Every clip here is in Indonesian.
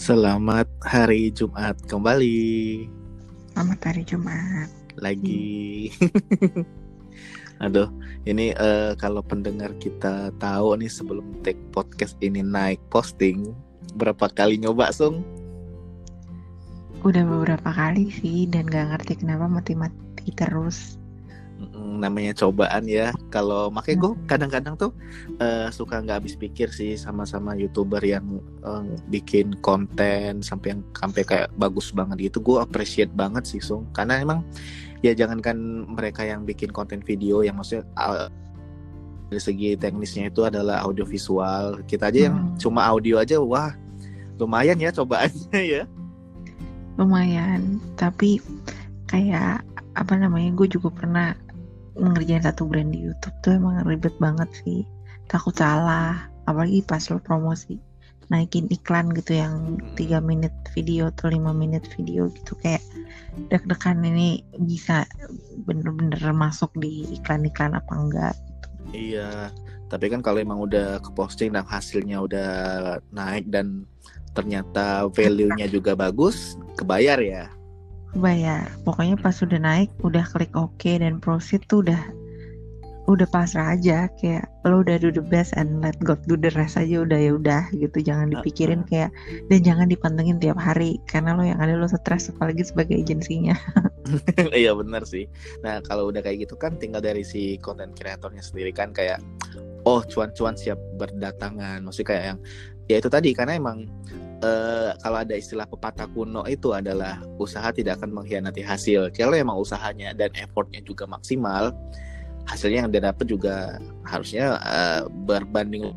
Selamat hari Jumat kembali Selamat hari Jumat. lagi. Aduh, ini kalau pendengar kita tahu nih sebelum take podcast ini naik posting, berapa kali nyoba, Sung? Udah beberapa kali sih dan gak ngerti kenapa mati-mati terus. Namanya cobaan ya. Kalau makanya gue kadang-kadang tuh suka nggak habis pikir sih sama YouTuber yang bikin konten sampai kayak bagus banget gitu. Gue appreciate banget sih, Sung, karena emang ya jangankan mereka yang bikin konten video yang maksudnya dari segi teknisnya itu adalah audiovisual, kita aja yang cuma audio aja, wah lumayan ya cobaannya ya. Lumayan, tapi kayak gue juga pernah ngerjain satu brand di YouTube tuh emang ribet banget sih, takut salah, apalagi pas lo promosi naikin iklan gitu yang 3 menit video atau 5 menit video gitu, kayak deg-degan ini bisa bener-bener masuk di iklan-iklan apa enggak gitu. Iya, tapi kan kalau emang udah ke posting dan hasilnya udah naik dan ternyata value-nya juga bagus, kebayar ya. Kebayar, pokoknya pas udah naik, udah klik OK dan proceed tuh udah pasrah aja, kayak lo udah do the best and let God do the rest aja, udah gitu, jangan dipikirin kayak, dan jangan dipantengin tiap hari karena lo yang ada lo stres, apalagi sebagai agensinya. Iya benar sih. Nah kalau udah kayak gitu kan tinggal dari si konten kreatornya sendiri kan kayak cuan-cuan siap berdatangan, maksudnya kayak yang ya itu tadi, karena emang kalau ada istilah pepatah kuno itu adalah usaha tidak akan mengkhianati hasil. Kalau emang usahanya dan effortnya juga maksimal, hasilnya yang dia dapat juga harusnya berbanding.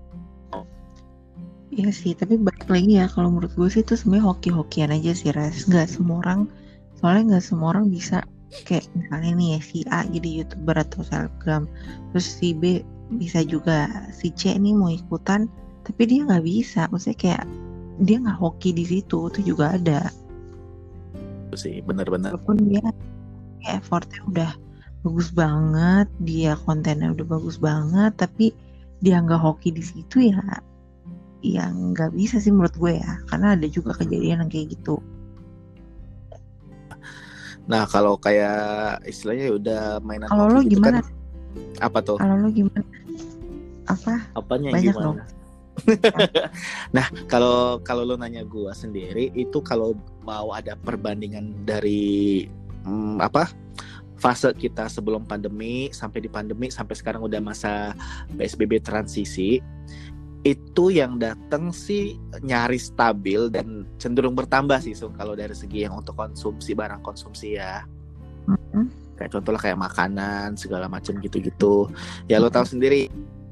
Iya sih, tapi balik lagi ya, kalau menurut gue sih itu sebenarnya hoki-hokian aja sih, Res. Soalnya nggak semua orang bisa kayak misalnya nih ya, si A jadi YouTuber atau selebgram, terus si B bisa juga, si C nih mau ikutan tapi dia nggak bisa, maksudnya kayak dia nggak hoki di situ, itu juga ada sih, benar-benar. walaupun dia effortnya udah bagus banget, dia kontennya udah bagus banget, tapi dia nggak hoki di situ ya, yang nggak bisa sih menurut gue ya, karena ada juga kejadian yang kayak gitu. Nah kalau kayak istilahnya udah mainan Kalau hoki lo gitu gimana? kan, apa tuh? Kalau lo gimana? Apanya Banyak gimana? dong. Nah kalau lo nanya gue sendiri itu, kalau mau ada perbandingan dari fase kita sebelum pandemi sampai di pandemi sampai sekarang udah masa PSBB transisi, itu yang datang sih nyaris stabil dan cenderung bertambah sih, kalau dari segi yang untuk konsumsi, barang konsumsi ya. Kayak contoh lah kayak makanan segala macam gitu-gitu ya, lo tahu sendiri.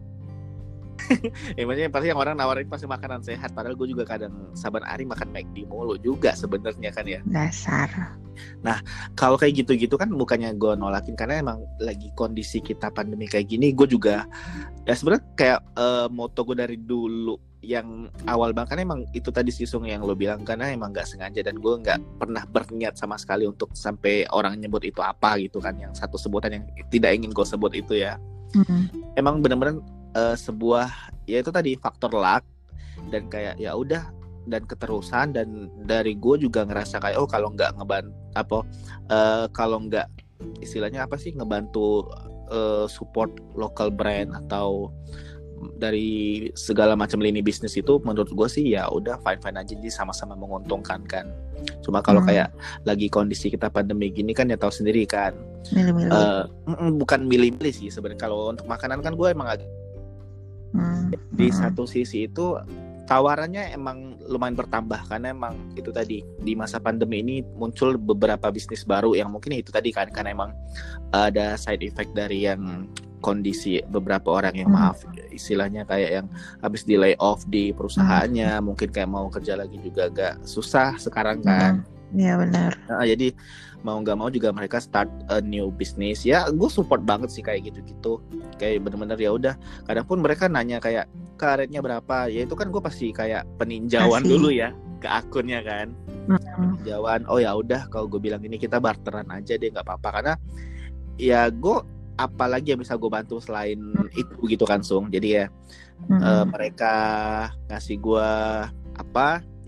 Ya maksudnya pasti yang orang nawarin pasti makanan sehat, padahal gue juga kadang saban hari makan McD mulu juga sebenarnya kan ya. Dasar. Nah kalau kayak gitu-gitu kan bukannya gue nolakin, karena emang lagi kondisi kita pandemi kayak gini. Gue juga ya sebenarnya kayak moto gue dari dulu yang awal banget kan emang itu tadi sih, Sung, yang lo bilang, karena emang gak sengaja dan gue gak pernah berniat sama sekali untuk sampai orang nyebut itu apa gitu kan, yang satu sebutan yang tidak ingin gue sebut itu ya. Emang benar-benar sebuah ya itu tadi faktor luck dan kayak ya udah, dan keterusan, dan dari gue juga ngerasa kayak kalau nggak kalau nggak istilahnya apa sih, ngebantu support local brand atau dari segala macam lini bisnis itu, menurut gue sih ya udah fine aja, jadi sama-sama menguntungkan kan. Cuma kalau kayak lagi kondisi kita pandemi gini kan ya tahu sendiri kan, bukan milih-milih sih sebenarnya. Kalau untuk makanan kan gue emang agak di satu sisi itu tawarannya emang lumayan bertambah, karena emang itu tadi di masa pandemi ini muncul beberapa bisnis baru yang mungkin itu tadi kan, karena emang ada side effect dari yang kondisi beberapa orang yang maaf istilahnya kayak yang habis di lay off di perusahaannya, mungkin kayak mau kerja lagi juga agak susah sekarang kan. Iya benar. Jadi mau nggak mau juga mereka start a new business ya. Gue support banget sih kayak gitu-gitu, kayak bener-bener ya udah. Kadang pun mereka nanya kayak karetnya berapa, ya itu kan gue pasti kayak peninjauan dulu ya ke akunnya kan. Peninjauan, oh ya udah kalau gue bilang ini kita barteran aja deh, nggak apa-apa, karena ya gue apalagi yang bisa gue bantu selain itu gitu kan, Sung. Jadi ya mereka ngasih gue apa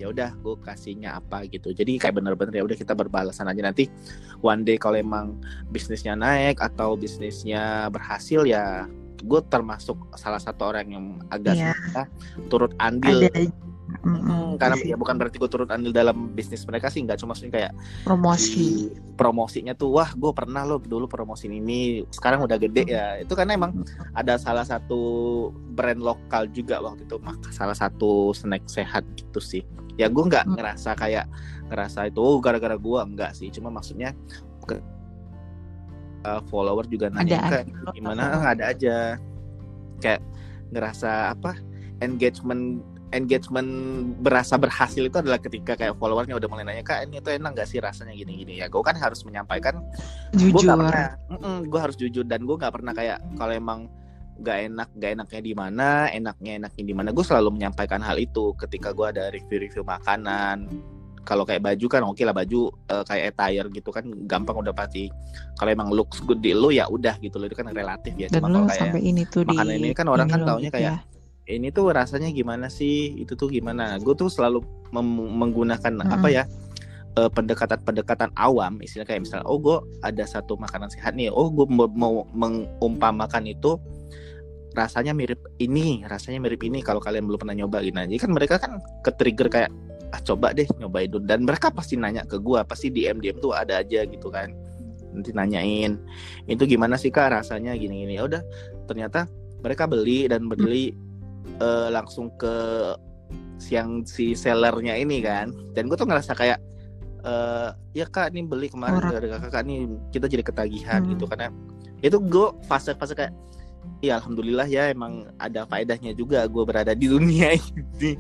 ya udah gue kasihnya apa gitu. Jadi kayak bener-bener ya udah kita berbalasan aja, nanti one day kalau emang bisnisnya naik atau bisnisnya berhasil ya gue termasuk salah satu orang yang agak Iya, susah turut andil. ada Karena di ya bukan berarti gue turut andil dalam bisnis mereka sih, nggak, cuma maksudnya kayak promosi. di promosinya tuh, wah gue pernah lo dulu promosiin ini, sekarang udah gede ya. Itu karena emang ada salah satu brand lokal juga waktu itu, salah satu snack sehat gitu sih. Ya gue nggak ngerasa itu gara-gara gue, enggak sih, cuma maksudnya follower juga nanya Ada kayak gimana, ada aja kayak ngerasa apa, engagement berasa berhasil itu adalah ketika kayak followernya udah mulai nanya, Kak ini tuh enak gak sih rasanya gini-gini ya. Gue kan harus menyampaikan jujur. gue harus jujur, dan gue nggak pernah kayak kalau emang gak enaknya di mana, enaknya di mana, gue selalu menyampaikan hal itu ketika gue ada review makanan. Kalau kayak baju kan oke lah, baju kayak attire gitu kan gampang udah pasti. Kalau emang looks good di lo ya udah gitu loh, itu kan relatif ya. Dan Cuma lo kalau kayak sampai ini tuh makanan di ini kan orang ini kan lo taunya gitu kayak ya. ini tuh rasanya gimana sih, itu tuh gimana. Gue tuh selalu menggunakan apa ya, pendekatan awam, istilah kayak misalnya, oh gue ada satu makanan sehat nih, oh gue mau mengumpamakan itu rasanya mirip ini kalau kalian belum pernah nyoba gitu. Jadi kan mereka kan ke-trigger kayak coba deh nyobain dulu, dan mereka pasti nanya ke gue, pasti DM tuh ada aja gitu kan, nanti nanyain itu gimana sih Kak rasanya gini-gini. Ya udah, ternyata mereka beli langsung ke si sellernya ini kan, dan gue tuh ngerasa kayak ya Kak ini beli kemarin gara-gara Kakak nih kita jadi ketagihan gitu. Karena itu gue fase-fase kayak ya alhamdulillah ya, emang ada faedahnya juga gue berada di dunia ini.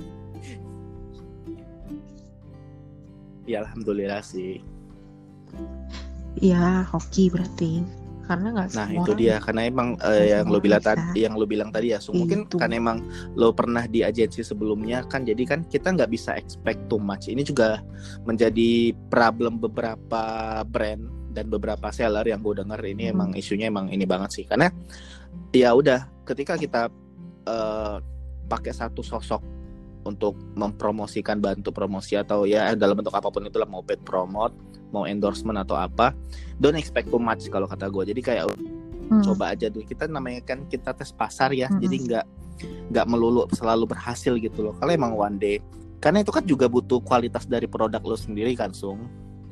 Ya alhamdulillah sih. Ya hoki berarti, karena nggak Nah semua itu orang dia, karena emang yang lo bilang tadi ya, so mungkin itu. kan emang lo pernah di agensi sebelumnya kan, jadi kan kita nggak bisa expect too much. Ini juga menjadi problem beberapa brand dan beberapa seller yang gue dengar ini. Emang isunya emang ini banget sih, karena ya udah ketika kita pakai satu sosok untuk mempromosikan, bantu promosi atau ya dalam bentuk apapun itulah, mau paid promote, mau endorsement atau apa, don't expect too much kalau kata gue. Jadi kayak coba aja dulu, kita namanya kan kita tes pasar ya, jadi nggak melulu selalu berhasil gitu loh. Kalau emang one day, karena itu kan juga butuh kualitas dari produk lo sendiri kan, Sung.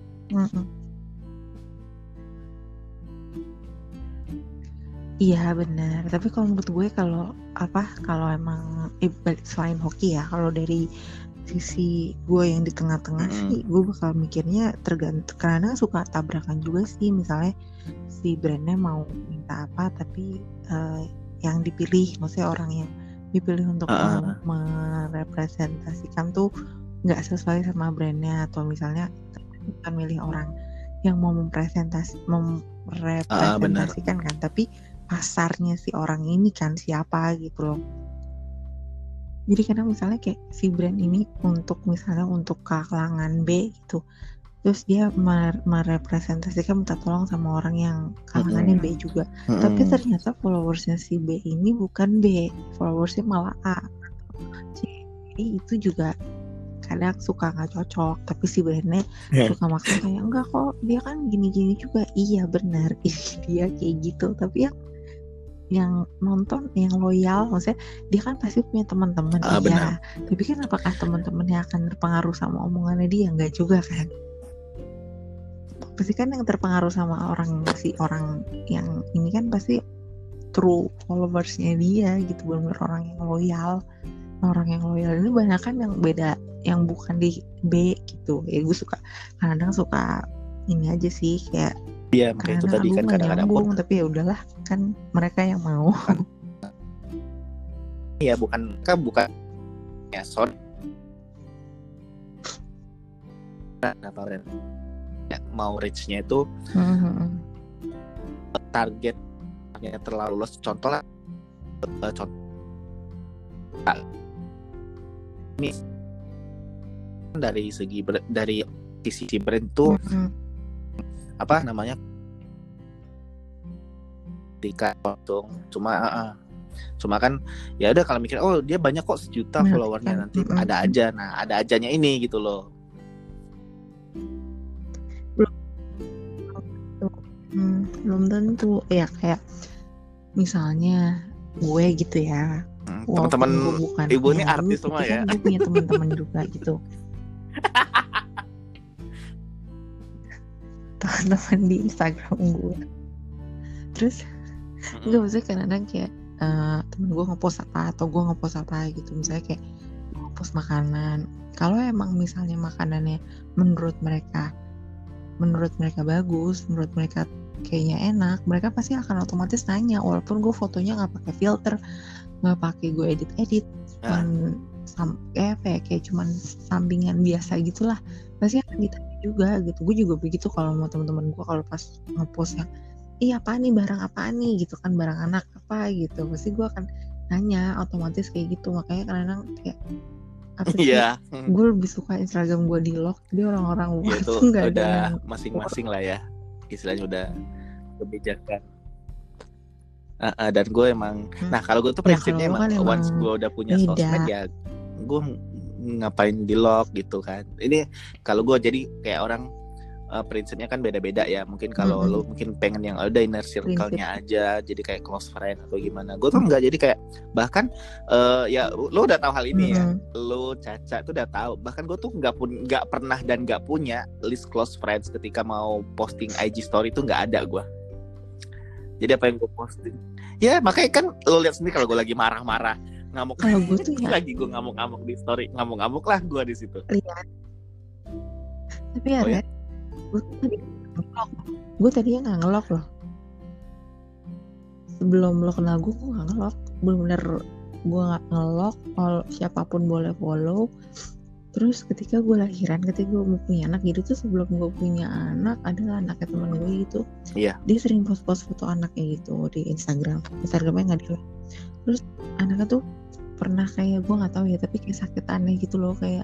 Iya benar, tapi kalau menurut gue kalau emang selain hoki ya, kalau dari sisi gue yang di tengah-tengah sih, gue bakal mikirnya tergantung, karena suka tabrakan juga sih. Misalnya si brandnya mau minta apa, tapi yang dipilih, maksudnya orang yang dipilih untuk merepresentasikan tuh nggak sesuai sama brandnya, atau misalnya bukan milih orang yang mau merepresentasikan kan, tapi pasarnya si orang ini kan siapa gitu loh. Jadi kadang misalnya kayak si brand ini untuk kalangan B gitu, terus dia merepresentasikan minta tolong sama orang yang kalangannya B juga, tapi ternyata followersnya si B ini bukan B, followersnya malah A. Jadi itu juga kadang suka nggak cocok, tapi si brandnya suka maksa kayak enggak kok, dia kan gini-gini juga. Iya benar, dia kayak gitu, tapi yang nonton, yang loyal, maksudnya dia kan pasti punya teman-teman, iya. Tapi kan apakah teman-temannya akan terpengaruh sama omongannya dia? Enggak juga kan. Pasti kan yang terpengaruh sama si orang yang ini kan pasti true followersnya dia gitu, benar-benar orang yang loyal. Orang yang loyal ini banyak kan yang beda, yang bukan di B gitu. Ya gue kadang suka ini aja sih, kayak iya, makanya itu tadi kan kadang-kadang nyambung, tapi ya udahlah, kan mereka yang mau. Iya, bukan ya, sorry. Apa brand ya, mau reach-nya itu targetnya terlalu luas. Contoh ini dari sisi brand tuh apa namanya, ketika langsung cuma Cuma kan ya udah kalau mikir oh dia banyak kok 1 juta followernya, nanti ada aja. Nah ada ajanya ini gitu loh. Belum tentu ya, kayak misalnya gue gitu ya, teman-teman ibu ini penyanyi, artis semua tapi ya. kan gue punya teman-teman juga gitu. Teman-teman di Instagram gue. Terus nggak, maksudnya kadang-kadang kayak temen gue ngepost apa atau gue ngepost apa gitu, misalnya kayak ngepost makanan. Kalau emang misalnya makanannya menurut mereka bagus, menurut mereka kayaknya enak, mereka pasti akan otomatis nanya, walaupun gue fotonya nggak pakai filter, nggak pakai gue edit, cuman kayak cuman sampingan biasa gitulah, pasti akan ditanya juga gitu. Gue juga begitu kalau mau teman-teman gue kalau pas ngepost yang apa nih, barang apa nih gitu kan, barang anak apa gitu, pasti gue akan nanya otomatis kayak gitu. Makanya kadang-kadang kayak apa sih, gue lebih suka Instagram gue di lock, jadi orang-orang ya, itu nggak ada udah yang masing-masing lah ya, istilahnya udah kebijakan. Dan gue emang nah kalau gue tuh prinsipnya emang once gue udah punya sosmed ya gue ngapain di lock gitu kan. Ini kalau gue jadi kayak orang prinsipnya kan beda-beda ya. Mungkin kalau lo mungkin pengen yang ada inner circle-nya aja, jadi kayak close friend atau gimana. Gue tuh enggak, jadi kayak bahkan ya lo udah tahu hal ini ya. Lo Caca tuh udah tahu. Bahkan gue tuh nggak pernah dan nggak punya list close friends ketika mau posting IG story tuh nggak ada gue. Jadi apa yang gue posting? Ya makanya kan lo lihat sendiri kalau gue lagi marah-marah, ngamuk. Kalau gue tuh ya lagi gue ngamuk-ngamuk di story, ngamuk-ngamuk lah gue di situ. Lihat. Tapi ya, gue tadinya nggak ngelok loh. Sebelum lo kenal gue nggak ngelok, bener-bener gue nggak ngelok. Kalau siapapun boleh follow. Terus ketika gue lahiran, ketika gue mau punya anak gitu tuh, sebelum gue punya anak adalah anaknya teman gue gitu. Iya. Dia sering post foto anaknya gitu di Instagramnya nggak dilihat. Terus anaknya tuh pernah kayak gue nggak tahu ya, tapi kayak sakit aneh gitu loh, kayak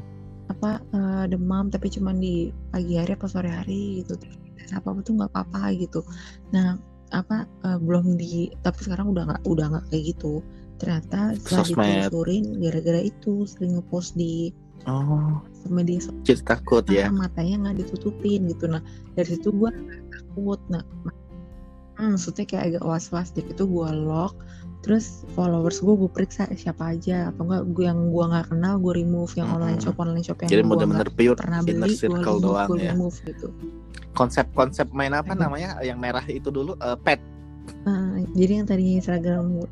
demam tapi cuma di pagi hari atau sore hari gitu. Terus apa tuh nggak apa-apa gitu. Nah belum tapi sekarang udah nggak kayak gitu. Ternyata setelah ditelusurin, gara-gara itu sering ngepost di media sosial, jadi takut ya, matanya nggak ditutupin gitu. Nah dari situ gue takut. Nah maksudnya kayak agak was-was deh, itu gue lock. Terus followers gue periksa siapa aja, atau enggak yang gue nggak kenal gue remove, yang online shop yang jadi bener-bener pure pernah inner beli circle doang gue ya. remove gitu. Konsep main apa namanya yang merah itu dulu, pet. Jadi yang tadinya Instagram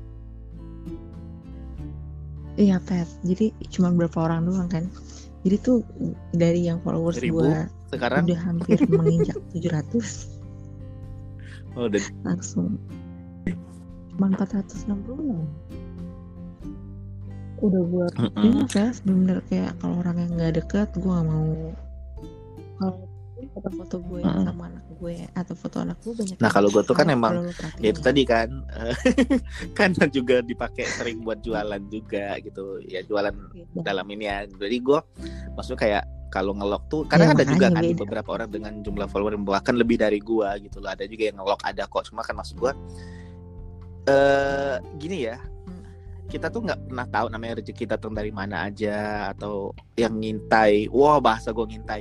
iya pet, jadi cuma berapa orang doang kan. Jadi tuh dari yang followers gue sekarang udah hampir menginjak 700. udah langsung cuma 460. Udah buat ini fast, bener kayak kalau orang yang nggak deket gue nggak mau. Kalau foto-foto gue sama anak gue atau foto anak gue banyak. Nah kalau gue tuh kan emang ya itu tadi kan karena juga dipakai sering buat jualan juga gitu ya, jualan dalam ini ya. Jadi gue maksudnya kayak kalau ngelok tuh karena ada juga kan beberapa orang dengan jumlah follower yang bahkan lebih dari gue gitu loh. Ada juga yang ngelok, ada kok. Cuma kan maksud gue gini ya, kita tuh nggak pernah tahu namanya rezeki datang dari mana aja, atau yang ngintai. Wah bahasa gue ngintai.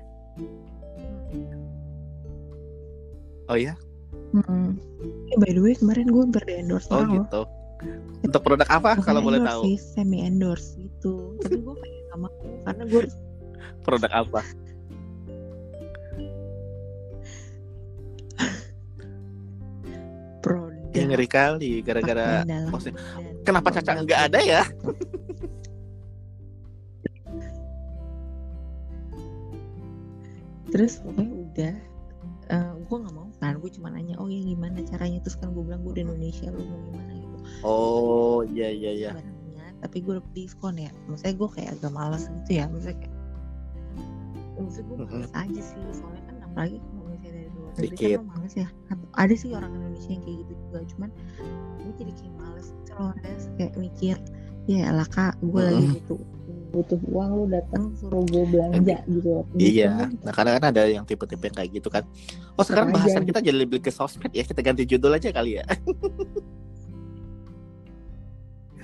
Oh ya? By the way kemarin gue endorse orang gitu. Untuk produk apa kalau boleh tahu? Sih, semi endorse gitu. Tapi gue pengen nggak mau karena gue produk apa? Produk. Ngeri kali gara-gara posting. Kenapa Caca nggak ada ya? Terus pokoknya udah. Gue nggak mau kan, gue cuma nanya oh ya gimana caranya, terus kan gue bilang gue di Indonesia, lo mau gimana gitu. Oh iya. Barangnya, tapi gue dapet diskon ya, maksudnya gue kayak agak malas gitu ya, maksudnya gue malas aja sih, soalnya kan apalagi kalau misalnya dari luar negeri kan lo malas ya. Ada sih orang Indonesia yang kayak gitu juga, cuman gue jadi kayak malas gitu loh, kayak mikir ya elah kak, gue lagi butuh uang, lu datang suruh gue belanja gitu. Iya. Nah karena kan ada yang tipe-tipe kayak gitu kan. Oh sekarang bahasan kita jadi lebih ke sosmed ya. Kita ganti judul aja kali ya.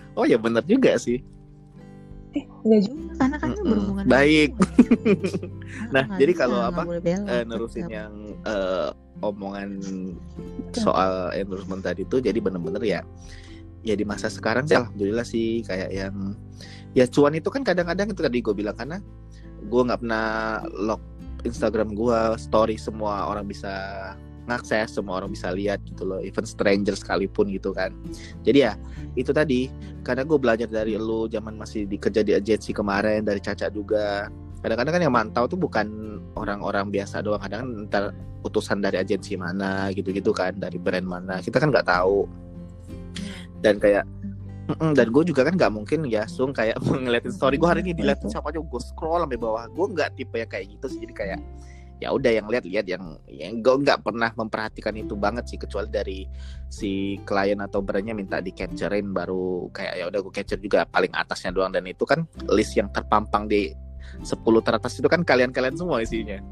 Oh ya benar juga sih. Enggak juga, karena kan itu berhubungan dengan Baik. hubungan. Nah, Nggak jadi bisa, kalau nggak apa boleh belok. nerusin Tetap. yang omongan soal endorsement tadi tuh, jadi bener-bener ya di masa sekarang sih alhamdulillah sih kayak yang ya cuan itu kan kadang-kadang itu tadi gue bilang, karena gue nggak pernah lock Instagram gue story, semua orang bisa ngakses, semua orang bisa lihat gitu loh, even stranger sekalipun gitu kan. Jadi ya itu tadi, karena gue belajar dari lu zaman masih kerja di agensi kemarin, dari Caca juga, kadang-kadang kan yang mantau tuh bukan orang-orang biasa doang, kadang kan ntar utusan dari agensi mana gitu-gitu kan, dari brand mana, kita kan nggak tahu. Dan kayak dan gue juga kan nggak mungkin ya Sung kayak ngeliatin story gue hari ini diliatin siapa aja, gue scroll sampai bawah. Gue nggak tipe yang kayak gitu sih, jadi kayak ya udah yang lihat yang gue nggak pernah memperhatikan itu banget sih, kecuali dari si klien atau brandnya minta di capturein, baru kayak ya udah gue capture juga paling atasnya doang, dan itu kan list yang terpampang di 10 teratas itu kan kalian semua isinya.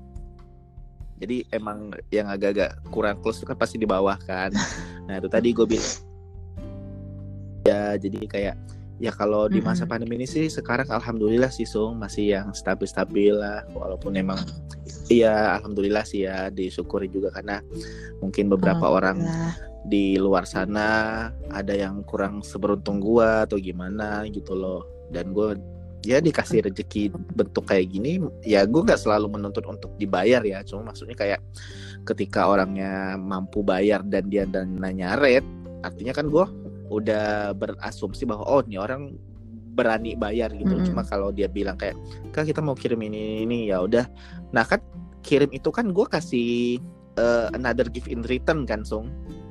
Jadi emang yang agak-agak kurang close itu kan pasti di bawah kan. Nah itu tadi gue bilang ya, jadi kayak ya kalau di masa pandemi ini sih sekarang alhamdulillah sih Sung masih yang stabil-stabil lah, walaupun emang iya alhamdulillah sih ya, disyukuri juga karena mungkin beberapa orang di luar sana ada yang kurang seberuntung gua atau gimana gitu loh, dan gua ya dikasih rezeki bentuk kayak gini, ya gue nggak selalu menuntut untuk dibayar ya, cuma maksudnya kayak ketika orangnya mampu bayar dan dia nanya rate, artinya kan gue udah berasumsi bahwa oh ini orang berani bayar gitu. Cuma kalau dia bilang kayak Kak kita mau kirim ini ya udah, nah kan kirim itu kan gue kasih another gift in return kan Sung,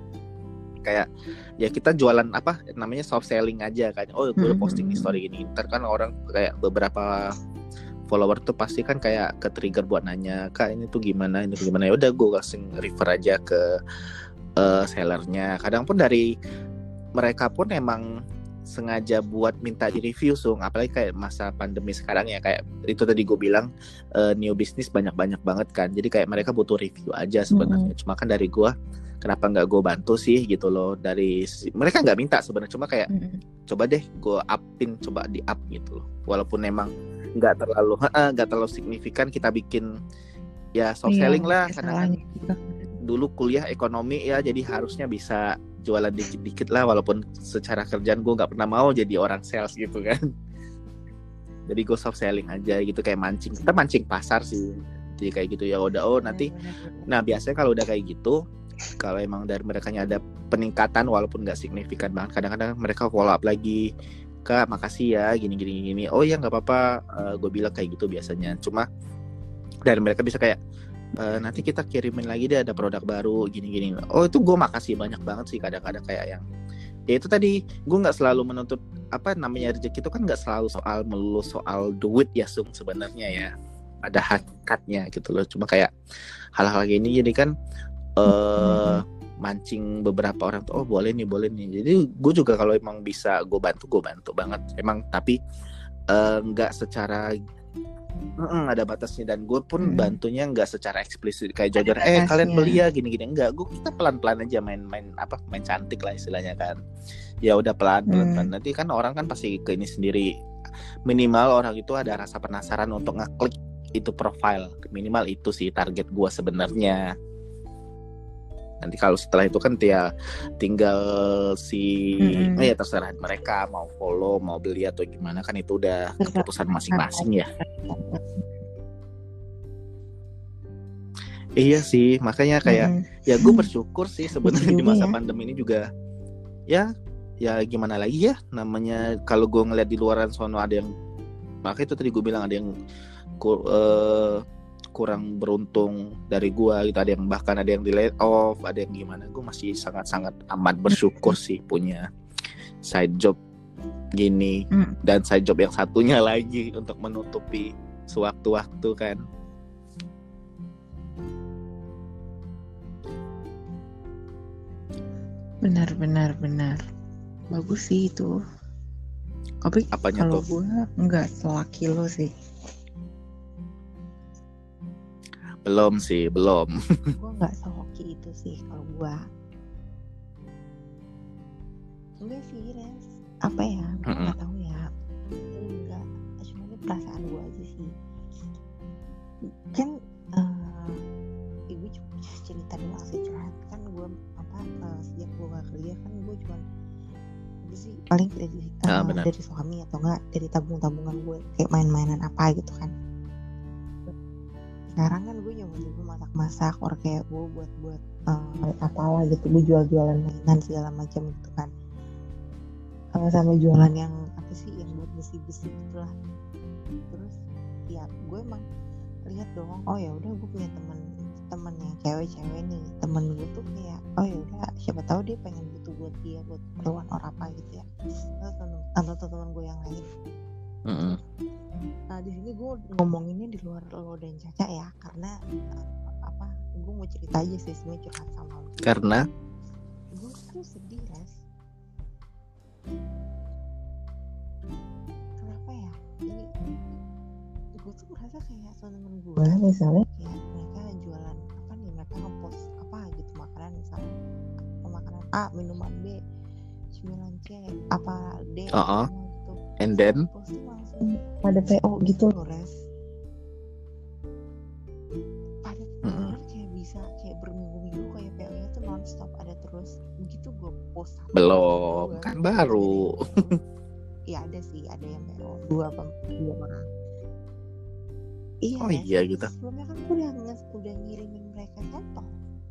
kayak ya kita jualan apa namanya soft selling aja kan. Oh gue posting di story ini, ntar kan orang kayak beberapa follower tuh pasti kan kayak ke trigger buat nanya Kak ini tuh gimana ya udah gue kasih refer aja ke sellernya. Kadang pun dari mereka pun emang sengaja buat minta di review Sung, apalagi kayak masa pandemi sekarang ya, kayak itu tadi gue bilang new business banyak banget kan, jadi kayak mereka butuh review aja sebenarnya. Cuma kan dari gue kenapa nggak gue bantu sih gitu loh, dari mereka nggak minta sebenarnya, cuma kayak coba deh gue upin, coba di up gitu loh, walaupun emang nggak terlalu signifikan kita bikin ya soft selling lah, karena kan dulu kuliah ekonomi ya, jadi harusnya bisa jualan dikit-dikit lah, walaupun secara kerjaan gue nggak pernah mau jadi orang sales gitu kan. Jadi gue soft selling aja gitu, kayak kita mancing pasar sih, jadi kayak gitu ya udah. Oh nanti nah biasanya kalau udah kayak gitu, kalau emang dari mereka ada peningkatan walaupun nggak signifikan banget, kadang-kadang mereka follow up lagi, Kak makasih ya gini. Oh ya nggak apa-apa, gue bilang kayak gitu biasanya. Cuma dari mereka bisa kayak nanti kita kirimin lagi deh ada produk baru gini. Oh itu gue makasih banyak banget sih. Kadang-kadang kayak yang ya itu tadi, gue nggak selalu menuntut apa namanya rezeki itu kan nggak selalu melulu soal duit ya Sung sebenarnya ya, ada hakikatnya gitu loh. Cuma kayak hal-hal gini jadi kan mancing beberapa orang tuh, oh boleh nih. Jadi gue juga kalau emang bisa gue bantu banget emang, tapi nggak secara ada batasnya, dan gue pun bantunya nggak secara eksplisit kayak jodor kalian beli ya gini enggak. Kita pelan-pelan aja main cantik lah istilahnya kan, ya udah pelan. Nanti kan orang kan pasti ke ini sendiri, minimal orang itu ada rasa penasaran untuk ngeklik itu profile, minimal itu sih target gue sebenarnya. Nanti kalau setelah itu kan dia tinggal ya terserah mereka mau follow, mau beli atau gimana, kan itu udah keputusan masing-masing ya. Iya sih, makanya kayak ya gue bersyukur sih sebenarnya di masa pandemi ini juga ya gimana lagi ya namanya, kalau gue ngeliat di luaran sono ada yang, makanya itu tadi gue bilang ada yang kurang beruntung dari gue gitu, ada yang bahkan ada yang di laid off, ada yang gimana. Gue masih sangat amat bersyukur sih punya side job gini dan side job yang satunya lagi untuk menutupi sewaktu-waktu kan. Benar bagus sih itu. Tapi kalau gue nggak selaki lo sih. Belum sih. Gue nggak sehoki itu sih kalau gue. Enggak sih Res. apa ya, gue Mm-mm. nggak tahu ya, enggak, cuma ini perasaan gue aja sih kan. Ibu cerita dulu asli curhat kan gue sejak gue gak kerja kan gue cuma gue sih paling Benar. dari suami atau enggak dari tabungan gue kayak main-mainan apa gitu kan. Sekarang kan gue nyoba masak-masak or kayak gue buat apalah gitu, gue jualan mainan segala macam gitu kan. Sama jualan yang apa sih yang buat besi-besi gitulah. Terus ya gue emang lihat dong, oh ya udah gue punya teman yang cewek nih, temen gue tuh kayak oh ya udah siapa tahu dia pengen butuh buat dia buat keperluan orang apa gitu ya, atau teman gue yang lain. Mm-mm. Nah di sini gue ngomonginnya di luar lo dan Caca ya, karena gue mau cerita aja sih sebenarnya, curhat sama lo. Karena Gue tuh sedih Res. Kenapa ya? Ini gue tuh merasa kayak temen gue misalnya kayak mereka jualan apa nih, mereka ngepost apa gitu makanan, misalnya makanan A, minuman B, 9C apa D gitu. and then Posting langsung pada PO gitu loh Res. Pada kayak bisa kayak berminggu-minggu kayak PO-nya tuh non-stop ada terus. Begitu gue post belum kan baru. Iya ada sih, ada yang PO 2 orang. Iya. Oh iya gitu. Sebelumnya kan gue udah ngirimin mereka sampel.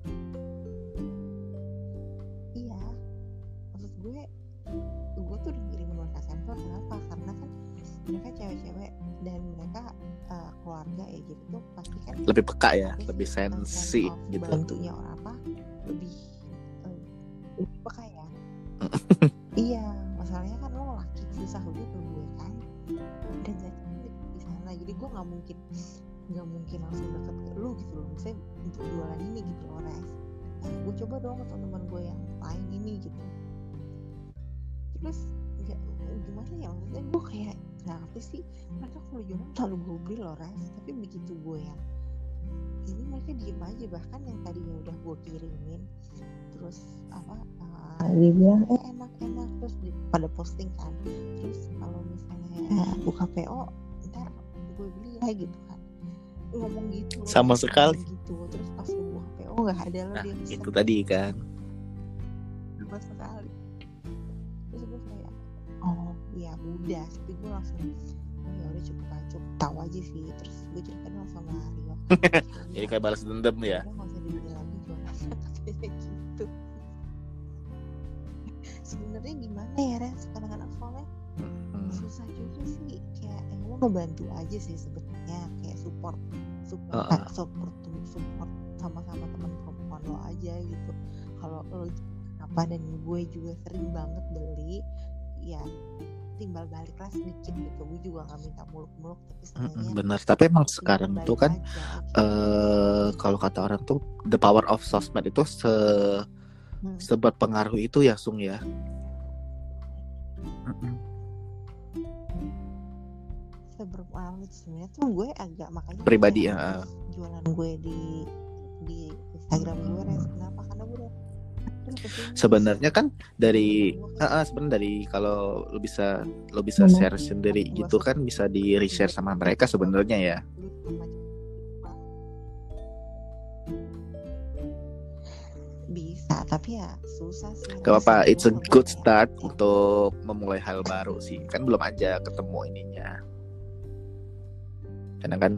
Iya. Maksud gue tuh udah ngirimin mereka sampel. Kenapa? Karena kan mereka cewek-cewek dan mereka keluarga ya gitu tuh pasti kan lebih peka ya, lebih sensi gitu. Bantunya orang apa lebih peka ya. Iya, masalahnya kan lo laki susah udah gue kan. Dan jadi di sana, jadi gue nggak mungkin langsung deket ke lu gitu loh, misalnya untuk jualan ini gitu loh Res. Nah, gue coba dong ke teman-teman gue yang lain ini gitu. Terus gimana ya, maksudnya gue kayak kenapa sih mereka kalau jualan selalu gue beli loh Res, tapi begitu gue yang ini mereka diem aja. Bahkan yang tadinya udah gue kirimin terus dia bilang enak terus pada posting kan, terus kalau misalnya buka PO ntar gue beli ya gitu kan, ngomong gitu loh, sama sekali gitu. Terus pas buka PO nggak ada loh, dia itu tadi kan sama sekali. Terus gue kayak oh ya udah, tapi gue langsung oh ya udah cukup tahu aja sih. Terus gue cerita dong sama Rio jadi kayak balas dendam ya. Udah nggak usah dibeli lagi jualan katanya gitu. Sebenarnya gimana ya Res, kadang-kadang soalnya susah juga sih, kayak lo ngebantu aja sih sebetulnya, kayak support sama-sama teman perempuan lo aja gitu. Kalau lo apa, dan gue juga sering banget beli ya timbal baliklah sedikit gitu. Gue juga nggak minta muluk-muluk, tapi sebenarnya benar. Tapi emang sekarang itu kan kalau kata orang tuh the power of sosmed itu seberpengaruh itu ya Sung ya. Seberpengaruh itu sebenarnya tuh gue agak, makanya pribadi ya jualan gue di Instagram gue Res. Kenapa? Karena gue sebenarnya kan dari sebenarnya dari kalau lo bisa share sendiri gitu kan, bisa di reshare sama mereka sebenarnya ya. Bisa, tapi ya susah sih. Gak apa-apa, it's a good start untuk memulai hal baru sih. Kan belum aja ketemu ininya. Karena kan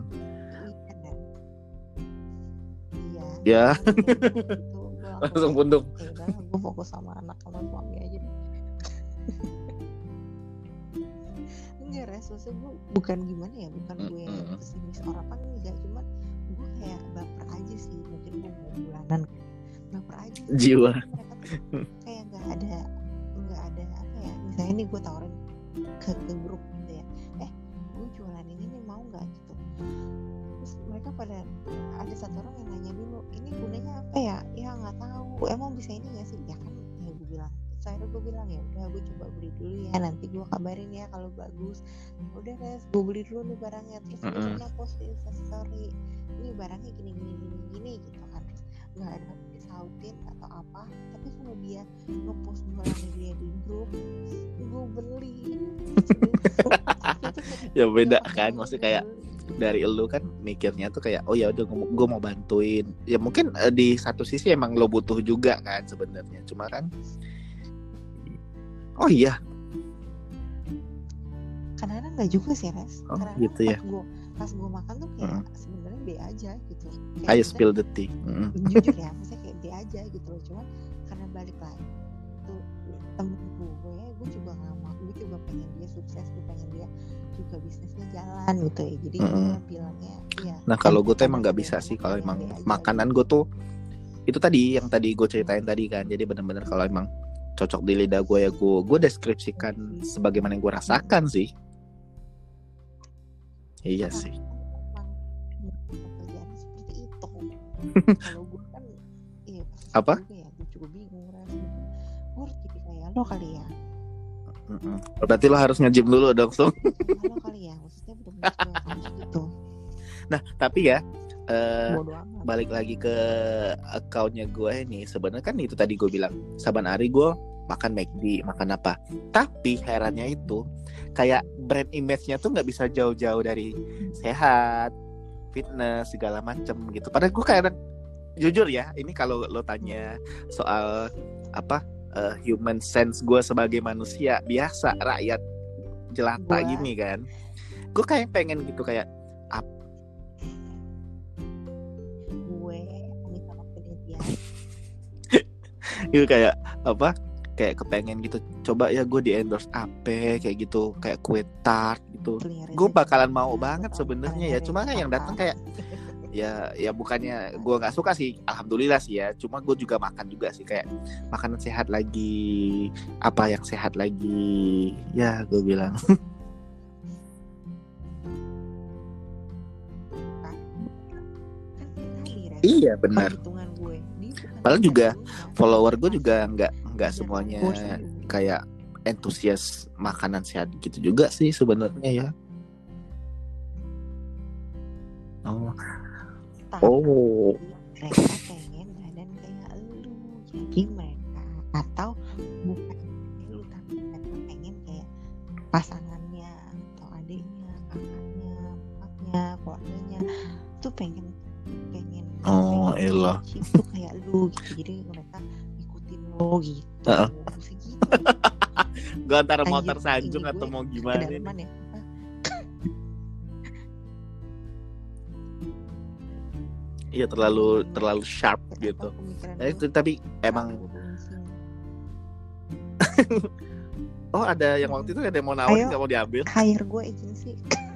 iya. Ya. Langsung buntung. Gue fokus sama anak sama suami aja deh. Enggak Res, maksudnya gue bukan gimana ya, bukan gue pesimis orang apa enggak, cuman gue kayak baper aja sih. Mungkin gue mau bulanan baper aja jiwa. Kayak nggak ada apa ya, misalnya nih gue tawarin ke grup gitu ya, gue jualan ini nih mau nggak gitu. Terus mereka pada ada satu orang yang nanya dulu, ini gunanya apa ya? Ya nggak tahu, emang bisa ini nggak sih? Ya kan, ya gue bilang, gue bilang ya udah gue coba beli dulu ya, nanti gue kabarin ya kalau bagus. Udah Res, gue beli dulu nih barangnya, terus gue pernah post di Instastory, ini barangnya gini gitu kan. nggak ada disautin atau apa, tapi kalau dia ngepost jualannya dia di grup, gue beli. Ya beda kan, maksudnya kayak dari elu kan mikirnya tuh kayak oh ya udah gue mau bantuin ya, mungkin di satu sisi emang lo butuh juga kan sebenarnya, cuma kan oh iya kadang-kadang nggak juga sih Res, kadang-kadang gitu ya, pas gue makan tuh kayak sebenarnya B aja gitu, ayo spill the tea. Jujur ya, maksudnya kayak B aja gitu loh, cuman karena balik lagi tuh temen gue juga nggak mau, gue juga pengen dia sukses, gue pengen dia juga bisnisnya jalan gitu ya, jadi gue bilangnya ya. Nah kalau gue tuh emang nggak bisa sih kalau emang makanan gue tuh itu tadi yang tadi gue ceritain tadi kan, jadi benar-benar kalau emang cocok di lidah gue ya gue deskripsikan sebagaimana yang gue rasakan sih. Iya sih. Pekerjaan seperti itu. Kalau gue kan, iya. Apa? Ya, gue juga bingung rasanya. Gue harus jadi kayak lo kali ya. Berarti lo harus nge-gym dulu dong, Sung. Lo kali ya, maksudnya benar-benar harus gitu. Nah, tapi ya, balik lagi ke account-nya gue ini, sebenarnya kan itu tadi gue bilang, saban hari gue makan McD, makan apa. Tapi herannya itu kayak brand image-nya tuh nggak bisa jauh-jauh dari sehat, fitness segala macem gitu. Padahal gue kayak jujur ya, ini kalau lo tanya soal apa human sense gue sebagai manusia biasa rakyat jelata gini kan, gue kayak pengen gitu kayak itu kayak apa, kayak kepengen gitu, coba ya gue di endorse apa kayak gitu, kayak kue tart gitu, gue bakalan mau banget sebenarnya ya, cuma kan yang datang kayak ya bukannya gue nggak suka sih, alhamdulillah sih ya, cuma gue juga makan juga sih kayak makanan sehat lagi, apa yang sehat lagi ya gue bilang. Iya benar. Padahal juga follower gue juga nggak semuanya kayak entusias makanan sehat gitu juga sih sebenarnya ya. Oh. Mereka pengen badan kayak lu, jadi mereka atau bukan lu tapi mereka pengen kayak pasangannya atau adiknya, kakaknya, bapaknya, keluarganya tuh pengen elah itu kayak lu gitu, jadi mereka ikutin lo gitu. Segitu. Gue antara motor Sanjung atau mau gimana nih? Ya? Iya terlalu sharp gitu. Itu tapi emang oh ada yang waktu itu ada yang mau nawarin nggak mau diambil? Hire gue agency.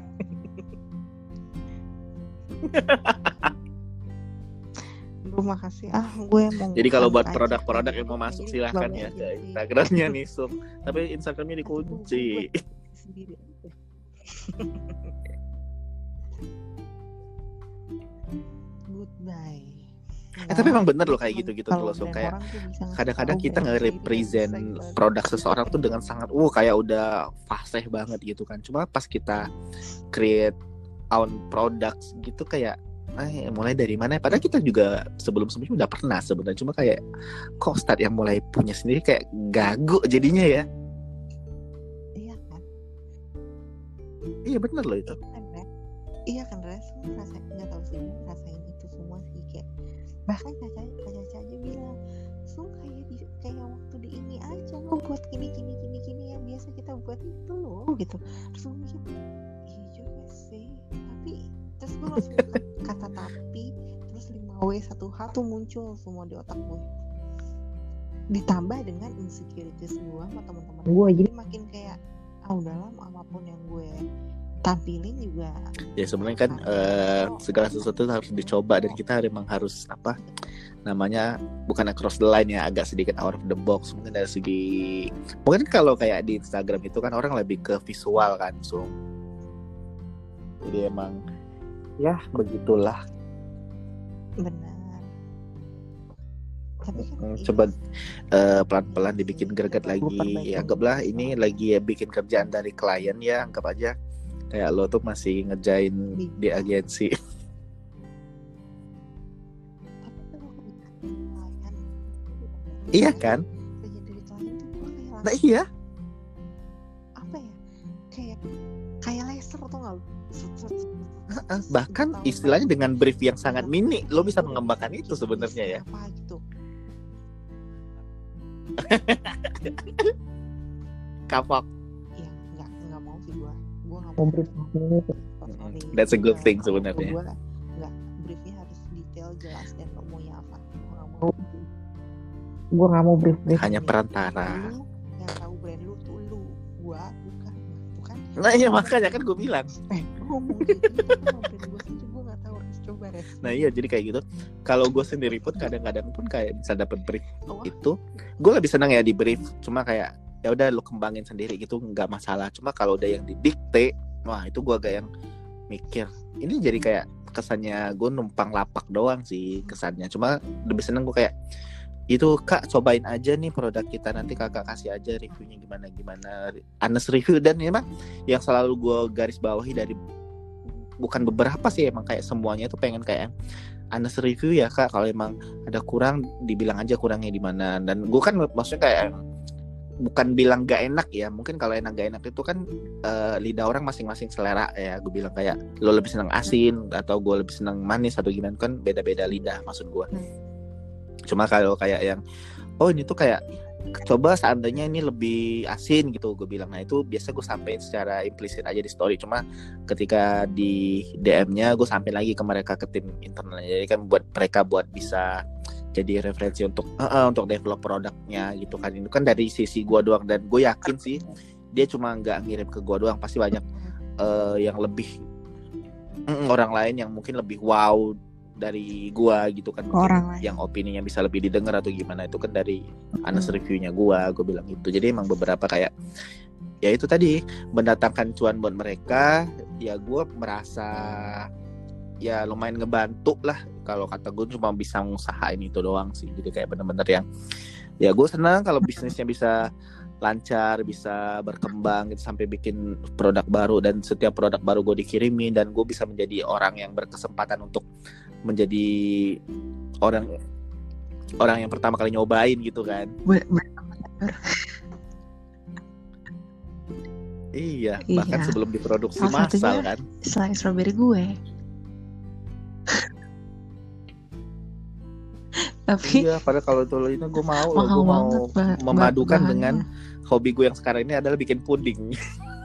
Makasih gue mau. Jadi kalau buat produk-produk yang mau masuk silahkan ya ke Instagramnya nih Sung. Tapi Instagramnya dikunci. Goodbye. Tapi emang bener loh kayak gitu tuh loh Sung, kayak kadang-kadang kita nge-represent produk seseorang tuh dengan sangat kayak udah fasih banget gitu kan. Cuma pas kita create own products gitu kayak mulai dari mana? Padahal kita juga sebelum-sebelumnya udah pernah sebenarnya, cuma kayak kok start yang mulai punya sendiri kayak gagu jadinya ya. Iya kan? Iya benar loh itu. Iya kan Res, rasain nggak tahu sih, rasain itu semua sih kayak bahkan Caca aja bilang, Sung kayak waktu di ini aja lo buat gini yang biasa kita buat itu loh gitu. Terus gue mikir iya juga sih, tapi terus gue langsung kata tapi terus 5W1H tuh muncul semua di otak gue, ditambah dengan insecurities gue sama teman-teman gue, jadi makin kayak udahlah apapun yang gue tampilin juga ya sebenarnya kan segala sesuatu harus dicoba dan kita memang harus apa namanya, bukan across the line ya, agak sedikit out of the box mungkin dari segi, mungkin kalau kayak di Instagram itu kan orang lebih ke visual kan Sung, jadi emang ya begitulah. Benar. Tapi kan coba pelan-pelan dibikin greget lagi ya, anggaplah ini lagi ya bikin kerjaan dari klien ya, anggap aja kayak lo tuh masih ngerjain di agensi. Iya kan? bagian dari klien tuh gue kayak Nah langsung iya. apa ya, kayak laser tuh nggak, Bahkan istilahnya dengan brief yang sangat mini lo bisa mengembangkan itu sebenarnya ya. apa gitu. Kapok. Ya nggak mau sih gue nggak mau brief ini tuh. That's a good thing sebenarnya. Gue nggak, briefnya harus detail jelas dan lo maunya apa. Gue nggak mau brief Hanya perantara. lu yang tahu brand lu tuh lu, gue bukan. Nah iya makanya kan gue bilang. Ngomong gitu sama brand gue sendiri gue nggak tahu, harus coba deh. Nah iya jadi kayak gitu. Kalau gue sendiri pun kadang-kadang pun kayak bisa dapet brief itu, gue lebih senang ya di brief. Cuma kayak ya udah lu kembangin sendiri gitu nggak masalah. Cuma kalau udah yang didikte, wah itu gue agak yang mikir. Ini jadi kayak kesannya gue numpang lapak doang sih kesannya. Cuma lebih seneng gue kayak itu, kak cobain aja nih produk kita, nanti kakak kasih aja reviewnya gimana, honest review. Dan memang yang selalu gue garis bawahi dari bukan beberapa sih, emang kayak semuanya tuh pengen kayak honest review ya kak, kalau emang ada kurang dibilang aja kurangnya di mana. Dan gue kan maksudnya kayak bukan bilang gak enak ya, mungkin kalau enak gak enak itu kan lidah orang masing-masing selera ya. Gue bilang kayak lo lebih senang asin atau gue lebih senang manis atau gimana, kan beda-beda lidah maksud gue. Cuma kalau kayak yang oh ini tuh kayak coba seandainya ini lebih asin gitu, gue bilang. Nah itu biasa gue sampein secara implisit aja di story. Cuma ketika di DM-nya gue sampein lagi ke mereka, ke tim internalnya. Jadi kan buat mereka buat bisa jadi referensi untuk develop produknya gitu kan. Itu kan dari sisi gue doang, dan gue yakin sih dia cuma nggak ngirim ke gue doang, pasti banyak yang lebih orang lain yang mungkin lebih wow dari gua gitu kan, mungkin yang opininya bisa lebih didengar atau gimana. Itu kan dari honest reviewnya gua bilang itu. Jadi emang beberapa kayak ya itu tadi mendatangkan cuan buat mereka, ya gua merasa ya lumayan ngebantu lah. Kalau kata gue cuma bisa ngusahain itu doang sih. Jadi kayak bener-bener yang ya gue senang kalau bisnisnya bisa lancar, bisa berkembang gitu, sampai bikin produk baru, dan setiap produk baru gue dikirimin, dan gue bisa menjadi orang yang berkesempatan untuk menjadi orang yang pertama kali nyobain gitu kan. Iya, bahkan sebelum diproduksi massal kan. Selain strawberry gue. Tapi iya, padahal kalau itu ini gue mau memadukan dengan hobi gue yang sekarang ini adalah bikin puding.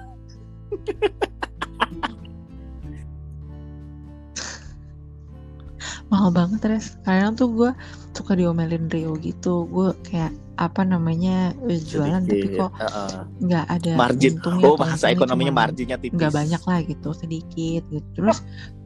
Mahal banget Res. Kadang tuh gue suka diomelin Rio gitu. Gue kayak apa namanya jualan sedikit, tapi kok nggak ada margin. untungnya. Bahasa ekonominya marginnya tipis. Nggak banyak lah gitu, sedikit gitu. Terus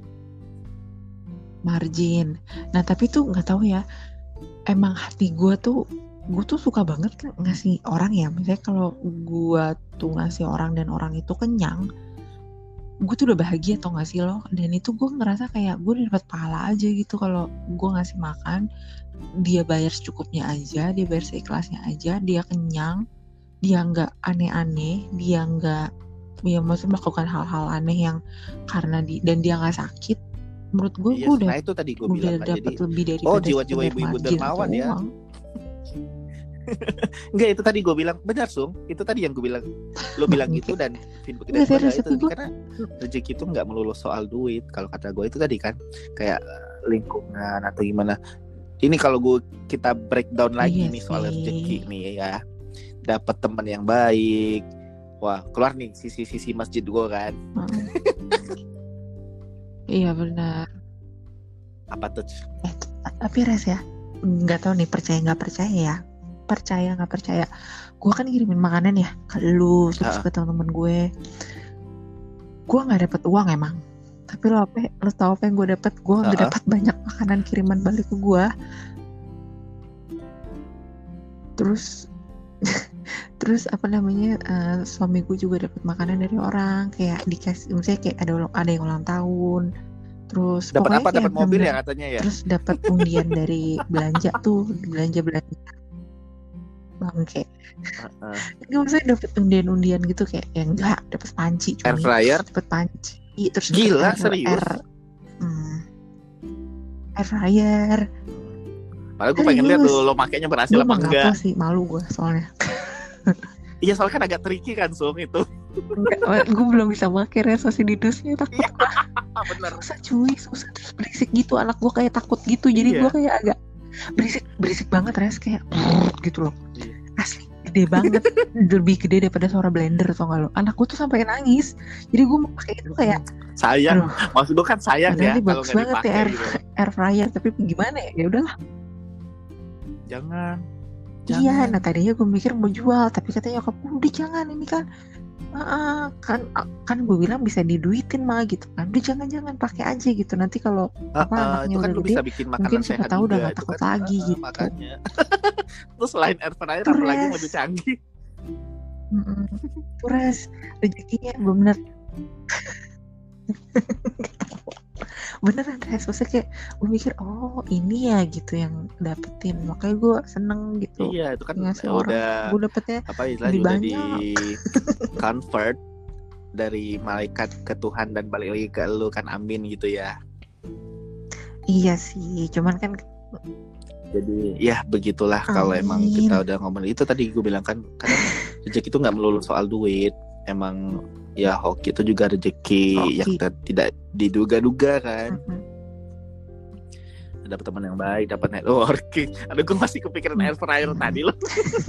margin. Nah tapi tuh nggak tahu ya. Emang hati gue tuh suka banget ngasih orang ya. Misalnya kalau gue tuh ngasih orang dan orang itu kenyang, gue tuh udah bahagia tau gak sih lo. Dan itu gue ngerasa kayak gue udah dapet pahala aja gitu. Kalau gue ngasih makan, dia bayar secukupnya aja, dia bayar seikhlasnya aja, dia kenyang, dia gak aneh-aneh, dia gak ya maksudnya melakukan hal-hal aneh yang karena dan dia gak sakit. Menurut gue gue udah, nah itu tadi gue bilang kan, dapat lebih dari jiwa-jiwa ibu-ibu dermawan ya. Enggak, itu tadi gue bilang benar Sung, itu tadi yang gue bilang, lo bilang gitu dan feedback dari gue itu tadi, karena rezeki itu nggak melulu soal duit. Kalau kata gue itu tadi kan kayak lingkungan atau gimana. Ini kalau kita breakdown lagi nih soal rezeki nih ya, dapat teman yang baik, wah keluar nih sisi masjid gue kan. Iya benar. Apa tuh? Tapi Res ya, nggak tahu nih percaya nggak percaya. Gue kan ngirimin makanan ya ke lu terus ke teman-teman gue nggak dapet uang emang. Tapi lo tahu apa yang gue dapet? Gue nggak dapet banyak makanan kiriman balik ke gue. Terus apa namanya, suami gue juga dapat makanan dari orang, kayak dikasih, misalnya kayak ada yang ulang tahun, terus dapat apa, dapat mobil ya katanya ya, terus dapat undian dari belanja bangke. Nggak, maksudnya dapat undian gitu kayak yang enggak dapat panci, air fryer, dapat panci, terus gila serius, air fryer. Padahal gue pengen lihat tuh lo makainya berhasil Gue apa mah nggak enggak. tahu sih, malu gue soalnya. Iya soalnya kan agak tricky kan Sung itu. Gue belum bisa pakai resasi didusnya, takut gue. Bener. Susah cuy, susah, terus berisik gitu, anak gue kayak takut gitu, jadi Iya. gue kayak agak berisik banget res, kayak gitu loh. Iya. Asli gede banget, lebih gede daripada suara blender, tau gak lo? Anak gue tuh sampai nangis, jadi gue mau pakai itu kayak Sayang, aduh, maksud gue kan sayang padahal ya ini kalau bagus nggak banget dipakai ya gitu. air fryer, tapi gimana ya, ya udahlah. Jangan. Iya, nah tadinya gue mikir mau jual, tapi katanya nyokap udah jangan, ini kan kan gue bilang bisa diduitin mah gitu kan, udah jangan pakai aja gitu, nanti kalau anaknya itu kan udah lu gede bisa bikin makanan mungkin siapa sehat tahu udah juga, gak itu takut kan, lagi gitu. makanya. Terus selain air fryer Tuh, apalagi yang Res. lebih canggih. Terus rezekinya bener beneran Res, maksudnya kayak gue mikir oh ini ya gitu yang dapetin, makanya gue seneng gitu. Iya itu kan ngasih orang, udah gue dapetnya apa istilahnya lebih udah banyak. di convert dari malaikat ke Tuhan dan balik lagi ke lu kan, amin gitu ya. Iya sih, cuman kan jadi ya begitulah kalau emang kita udah ngomong itu tadi gue bilang kan, kadang rezeki itu nggak melulu soal duit, emang ya hoki itu juga rezeki yang tidak diduga-duga kan. Dapat teman yang baik, dapat networking. Aduh gue masih kepikiran air fryer tadi loh.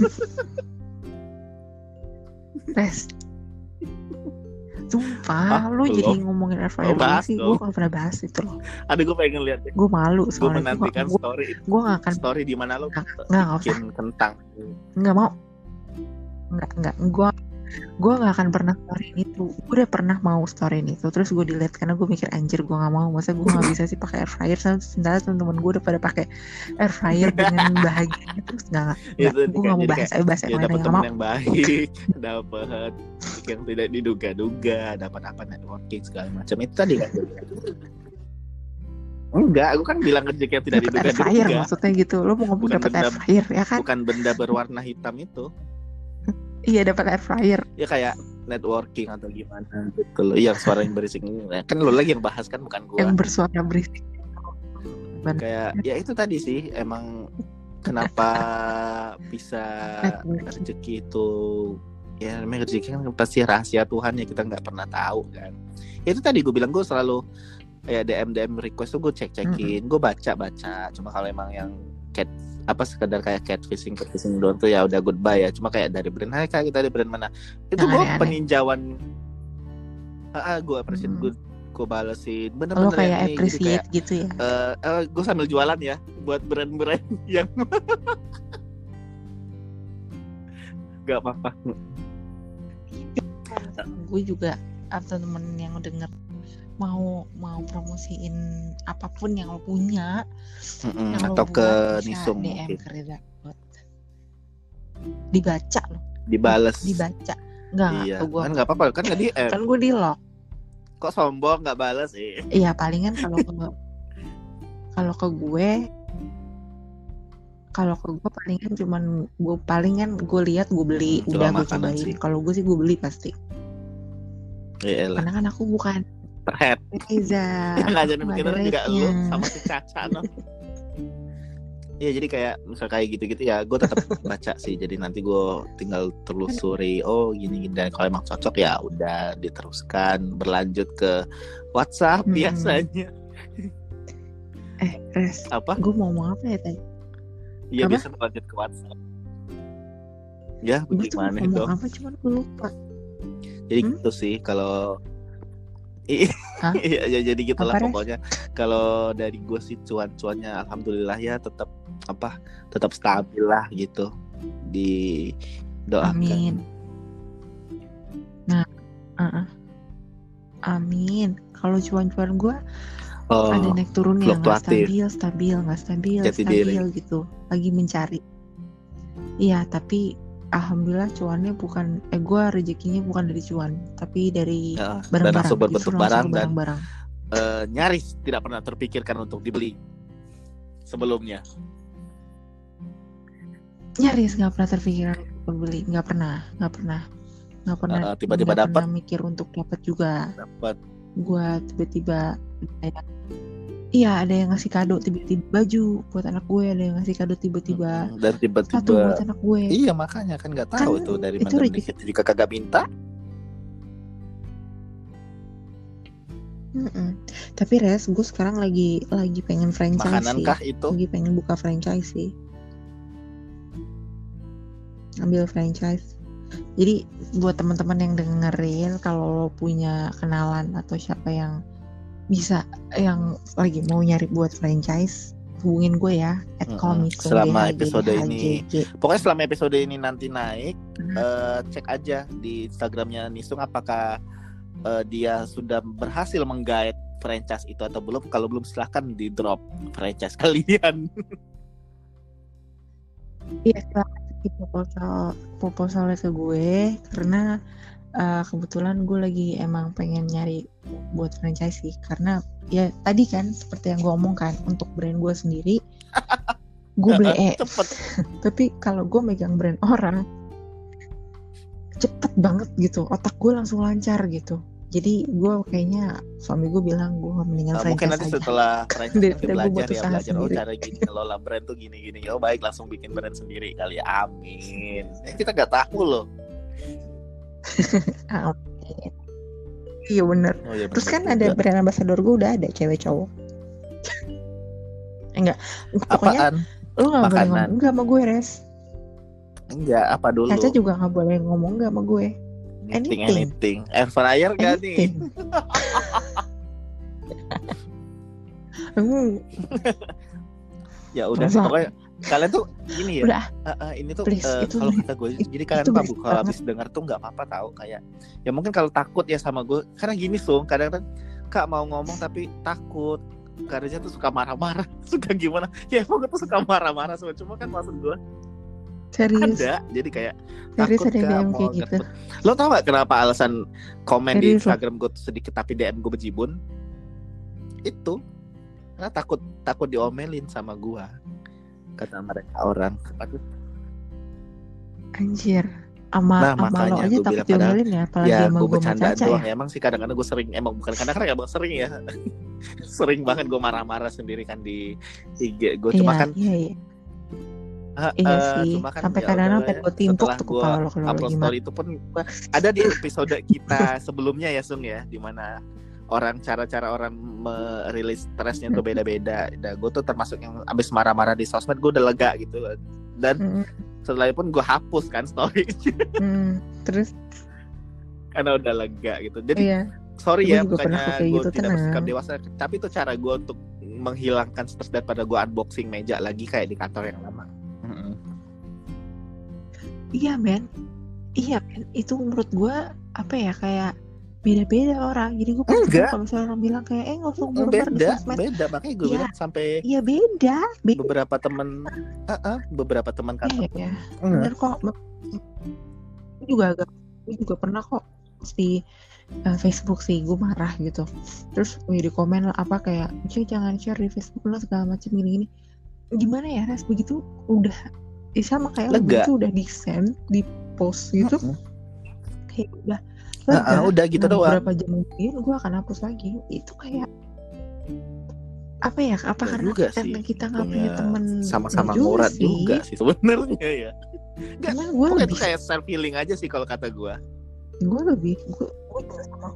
Res, sumpah lu belum. jadi ngomongin air fryer sih, gue gak pernah bahas itu loh. Aduh gue pengen lihat deh. Gue malu soalnya. Gue menantikan story. Gue gak akan story di mana lo bikin kentang. Nggak mau. Nggak. Gue gak akan pernah storyin itu. Gue udah pernah mau storyin itu, terus gue delete karena gue mikir anjir gue gak mau, masa gue gak bisa sih pakai air fryer. Sementara teman-teman gue udah pada pakai air fryer dengan bahagia, terus nggak gue gak mau bahas yang lain, yang mau. Yang baik, dapat yang tidak diduga-duga, dapat apa networking segala macam itu tadi kan. Enggak, aku kan bilang rezeki yang tidak diduga-duga. Air fryer maksudnya gitu. Lo mau ngomong dapat air fryer ya kan? Bukan benda berwarna hitam itu. Iya, dapat air fryer. Ya kayak networking atau gimana gitu loh. Yang suara yang berisik kan lo lagi yang bahas kan, bukan gua. Yang bersuara berisik. Kayak ya itu tadi sih, emang kenapa bisa rezeki itu ya namanya rezeki kan pasti rahasia Tuhan ya, kita nggak pernah tahu kan. Ya, itu tadi gue bilang, gue selalu ya DM request tuh gue cek-cekin, gue baca. Cuma kalau emang yang sekedar kayak catfishing doang tuh ya udah goodbye ya. Cuma kayak dari brand, hai kak kita dari brand mana, itu gue peninjauan, gue appreciate, gue balesin bener-bener. Lo kayak appreciate gitu ya. Gue sambil jualan ya buat brand-brand yang gak apa-apa. Gue juga atau temen yang denger mau promosiin apapun yang lo punya, yang atau lo ke Nisung DM ke Reza, dibaca lo, dibaca nggak iya, ke gue kan nggak apa-apa kan, nggak DM kan gue di lock. Kok sombong nggak balas iya palingan kalau ke gue palingan cuman gue lihat gue beli, udah gue cobain. Kalau gue sih gue beli pasti. Yaelah. Karena kan aku bukan terhead Reza, nggak jadi mikirnya juga lu sama si Caca no. Iya, jadi kayak misal kayak gitu-gitu ya gue tetap baca sih. Jadi nanti gue tinggal telusuri, oh gini, dan kalau emang cocok ya udah diteruskan berlanjut ke WhatsApp biasanya. Res, apa? Gue mau ngomong apa ya tadi? Iya, biasa berlanjut ke WhatsApp. Ya, bagaimana itu? Ngomong apa cuman gue lupa. Jadi gitu sih kalau iya jadi gitulah pokoknya. Kalau dari gue sih cuannya alhamdulillah ya tetap stabil lah gitu, didoakan. Amin. Nah, amin. Kalau cuan gue ada naik turunnya, nggak stabil gitu, lagi mencari. Iya, tapi alhamdulillah cuannya bukan gue rezekinya bukan dari cuan, tapi dari barang-barang. Dan langsung berbentuk barang dan barang-barang. Nyaris tidak pernah terpikirkan untuk dibeli sebelumnya. Nyaris nggak pernah terpikirkan untuk beli, nggak pernah. Tiba-tiba dapat. Mikir untuk dapat juga. Dapat. Gue tiba-tiba Iya, ada yang ngasih kado tiba-tiba baju buat anak gue, ada yang ngasih kado tiba-tiba Dan sepatu tiba-tiba buat anak gue. iya makanya kan nggak Kan tahu itu dari itu mana rezeki. dikit jika kagak minta. Tapi Res, gue sekarang lagi pengen franchise Makanan sih. kah itu? Lagi pengen buka franchise sih. Ambil franchise. Jadi buat teman-teman yang dengerin, kalau lo punya kenalan atau siapa yang bisa, yang lagi mau nyari buat franchise, hubungin gue ya @komisung Selama episode ini, DHGHJJ. pokoknya selama episode ini nanti naik, cek aja di Instagramnya Nisung apakah dia sudah berhasil menggait franchise itu atau belum. Kalau belum silahkan di drop franchise kalian. Iya, silahkan kasih proposalnya ke gue, karena kebetulan gue lagi emang pengen nyari buat franchise sih, karena ya tadi kan seperti yang gue omongkan, untuk brand gue sendiri gue beli cepet. Tapi kalau gue megang brand orang cepet banget gitu, otak gue langsung lancar gitu. Jadi gue kayaknya, suami gue bilang gue mendingan franchise mungkin nanti aja. setelah franchise nanti belajar sendiri. cara gini ngelola brand tuh gini. Oh baik, langsung bikin brand sendiri kali ya. Amin. Kita nggak tahu loh. Amin. Iya bener. Oh, iya, terus kan juga. ada brand ambassador gue udah ada cewek cowok. Enggak, pokoknya apaan? Lu gak boleh ngomong enggak sama gue, Res. Enggak, apa dulu? Caca juga gak boleh ngomong enggak sama gue. Anything. Air fryer gak nih? Ya udah, pokoknya kalian tuh gini ya. Udah. Ini tuh kalau kata gue, jadi kalian tuh kalau habis dengar tuh nggak apa-apa tahu, kayak ya mungkin kalau takut ya sama gue, karena gini Sung, kadang-kadang Kak mau ngomong tapi takut, karena dia tuh suka marah-marah, suka gimana? Ya emang gue tuh suka marah-marah, cuma kan maksud gue serius ada, jadi kayak serius takut ada Kak mau gitu. Lo tau gak kenapa alasan komen serius di Instagram gue tuh sedikit tapi DM gue bejibun? Itu karena takut diomelin sama gue, kata mereka orang. Anjir, ama lo aja takut diomelin ya, apalagi ya sama gue gue bercanda doang ya. Emang sih kadang-kadang gue sering, emang bukan kadang-kadang, emang sering ya. Sering banget gue marah-marah sendiri kan di IG gue. Cuma kan iya sih, kan, sampai ya kadang-kadang pengen gue timpuk tuh kepala lo kalau upload story itu pun ada di episode kita sebelumnya ya Sung ya, dimana cara orang merilis stresnya tuh beda-beda. Dan gue tuh termasuk yang abis marah-marah di sosmed gue udah lega gitu, dan setelah itu pun gue hapus kan story. Terus karena udah lega gitu. Jadi sorry ya, bukannya gue gitu, tidak bersikap dewasa, tapi itu cara gue untuk menghilangkan stres daripada gue unboxing meja lagi kayak di kantor yang lama. Iya men, itu menurut gue apa ya, kayak beda-beda orang. Jadi gue kalau misalnya orang bilang kayak nggak usah umbar di sosmed, beda, makanya gue bilang sampai beda. beberapa teman kantor bener kok. Gue juga pernah kok di Facebook sih gue marah gitu, terus di komen apa kayak jangan share di Facebook lah segala macam gini. Gimana ya Res, begitu udah sama kayak begitu udah di send, di post gitu, kayak udah udah gitu doang. Berapa jam kemudian gue akan hapus lagi. Itu kayak apa ya? Apa karena kita nggak punya temen sama-sama murad juga sih sebenarnya ya. Cuman gue lebih kayak self healing aja sih kalau kata gue. Gue juga sama.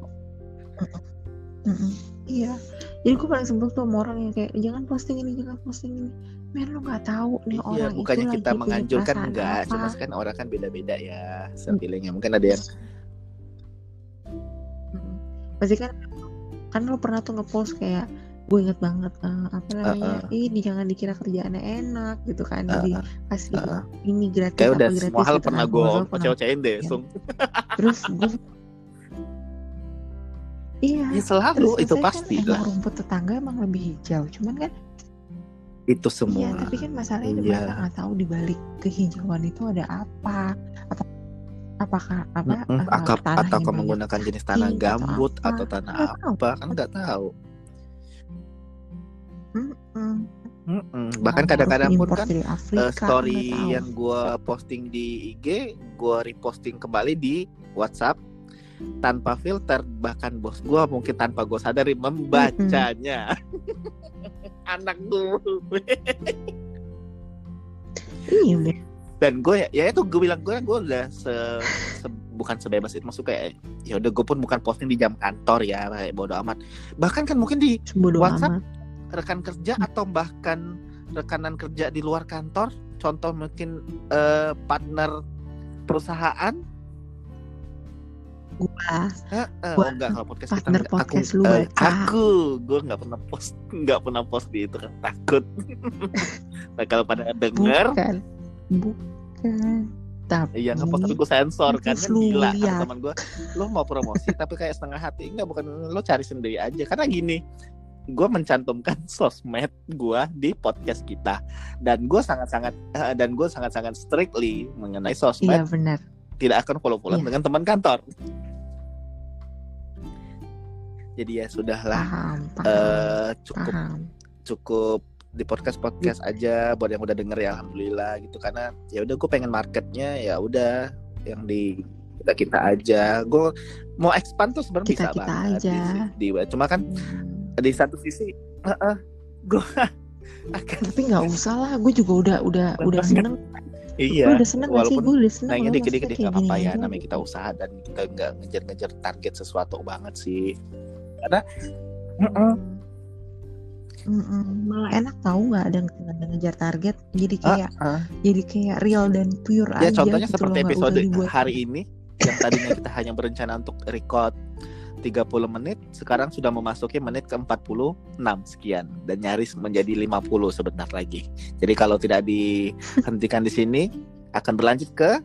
Iya. Jadi gue paling sebel tuh sama orang yang kayak jangan posting ini. Men, lo nggak tahu nih orang itu bukannya kita lagi menganjurkan, enggak, apa. cuma kan orang kan beda-beda ya self healingnya. Mungkin ada yang pasti kan lo pernah tuh ngepost kayak, gue inget banget ini jangan dikira kerjaannya enak gitu kan, jadi kasih ini gratis kayak udah gratis semua hal gitu, pernah gue kecewain deh Sung. Terus gue ya selalu itu pasti kan, lah rumput tetangga emang lebih hijau, cuman kan itu semua. Iya, tapi kan masalahnya mereka nggak tahu dibalik kehijauan itu ada apa. Apakah atau kau menggunakan jenis tanah gambut atau tanah apa, kan nggak tahu. Bahkan kadang-kadang pun kan story yang gue posting di IG gue reposting kembali di WhatsApp, tanpa filter, bahkan bos gue mungkin tanpa gue sadari membacanya. Anak gue. Iya deh. Dan gue ya itu gue bilang gue udah bukan sebebas itu, maksudnya kayak ya udah gue pun bukan posting di jam kantor ya, kayak bodo amat. Bahkan kan mungkin di Bodo WhatsApp amat. rekan kerja atau bahkan rekanan kerja di luar kantor, contoh mungkin partner perusahaan. Gua Enggak, kalau podcast kita partner enggak. podcast lu baca. Gue nggak pernah post di itu kan, takut. Nah, kalau pada denger, bukan. Tapi iya ngepost tapi gue sensor kan gila liat. kan teman gue. Lo mau promosi tapi kayak setengah hati. Enggak, bukan, lo cari sendiri aja. Karena gini, gue mencantumkan sosmed gue di podcast kita, dan gue sangat strictly mengenai sosmed. Iya benar. Tidak akan follow-followan dengan teman kantor. Jadi ya sudahlah. Cukup di podcast aja buat yang udah denger ya, alhamdulillah gitu. Karena ya udah gue pengen marketnya ya udah yang di kita aja. Gue mau expand tuh sebenarnya bisa banget aja. Di cuma kan di satu sisi gue akan, tapi nggak usah lah, gue juga udah seneng. Iya, gue udah seneng sih, gue udah seneng. Nah, ini dikit-dikit nggak apa-apa ya, namanya kita usaha dan kita nggak ngejar-ngejar target sesuatu banget sih. Karena malah enak tahu nggak ada ngejar target, jadi kayak real dan pure ya, aja. contohnya gitu seperti loh, episode hari gitu. ini yang tadinya kita hanya berencana untuk record 30 menit, sekarang sudah memasuki menit ke 46 sekian dan nyaris menjadi 50 sebentar lagi. Jadi kalau tidak dihentikan di sini akan berlanjut ke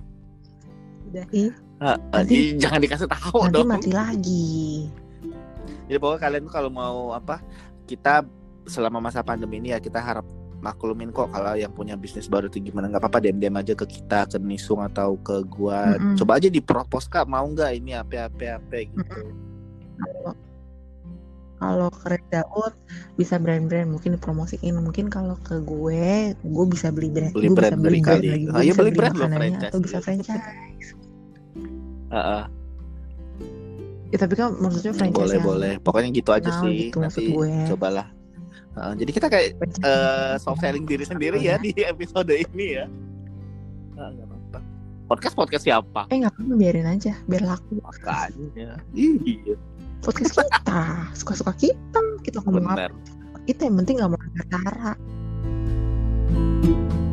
jangan dikasih tahu nanti dong. Mati lagi. Jadi pokoknya kalian tuh kalau mau kita selama masa pandemi ini ya kita harap maklumin kok. Kalau yang punya bisnis baru itu gimana, nggak apa-apa, DM aja ke kita, ke Nisung atau ke gua. Coba aja dipropos, Kak, mau nggak ini apa gitu. Kalau ke Red Daud bisa brand-brand mungkin dipromosiin. Mungkin kalau ke gue bisa beli brand beli kali. Ayo beli brand lo, franchise atau bisa franchise. Ya tapi kan maksudnya franchise boleh. Pokoknya gitu aja sih. Gitu, nanti cobalah. Jadi kita kayak soft selling diri sendiri ya di episode ini ya. Nggak apa-apa. Podcast siapa? Nggak apa-apa, biarin aja, biar laku. Makanya. Iya. Podcast kita, suka-suka kita ngomong apa. Kita yang penting nggak melanggar cara.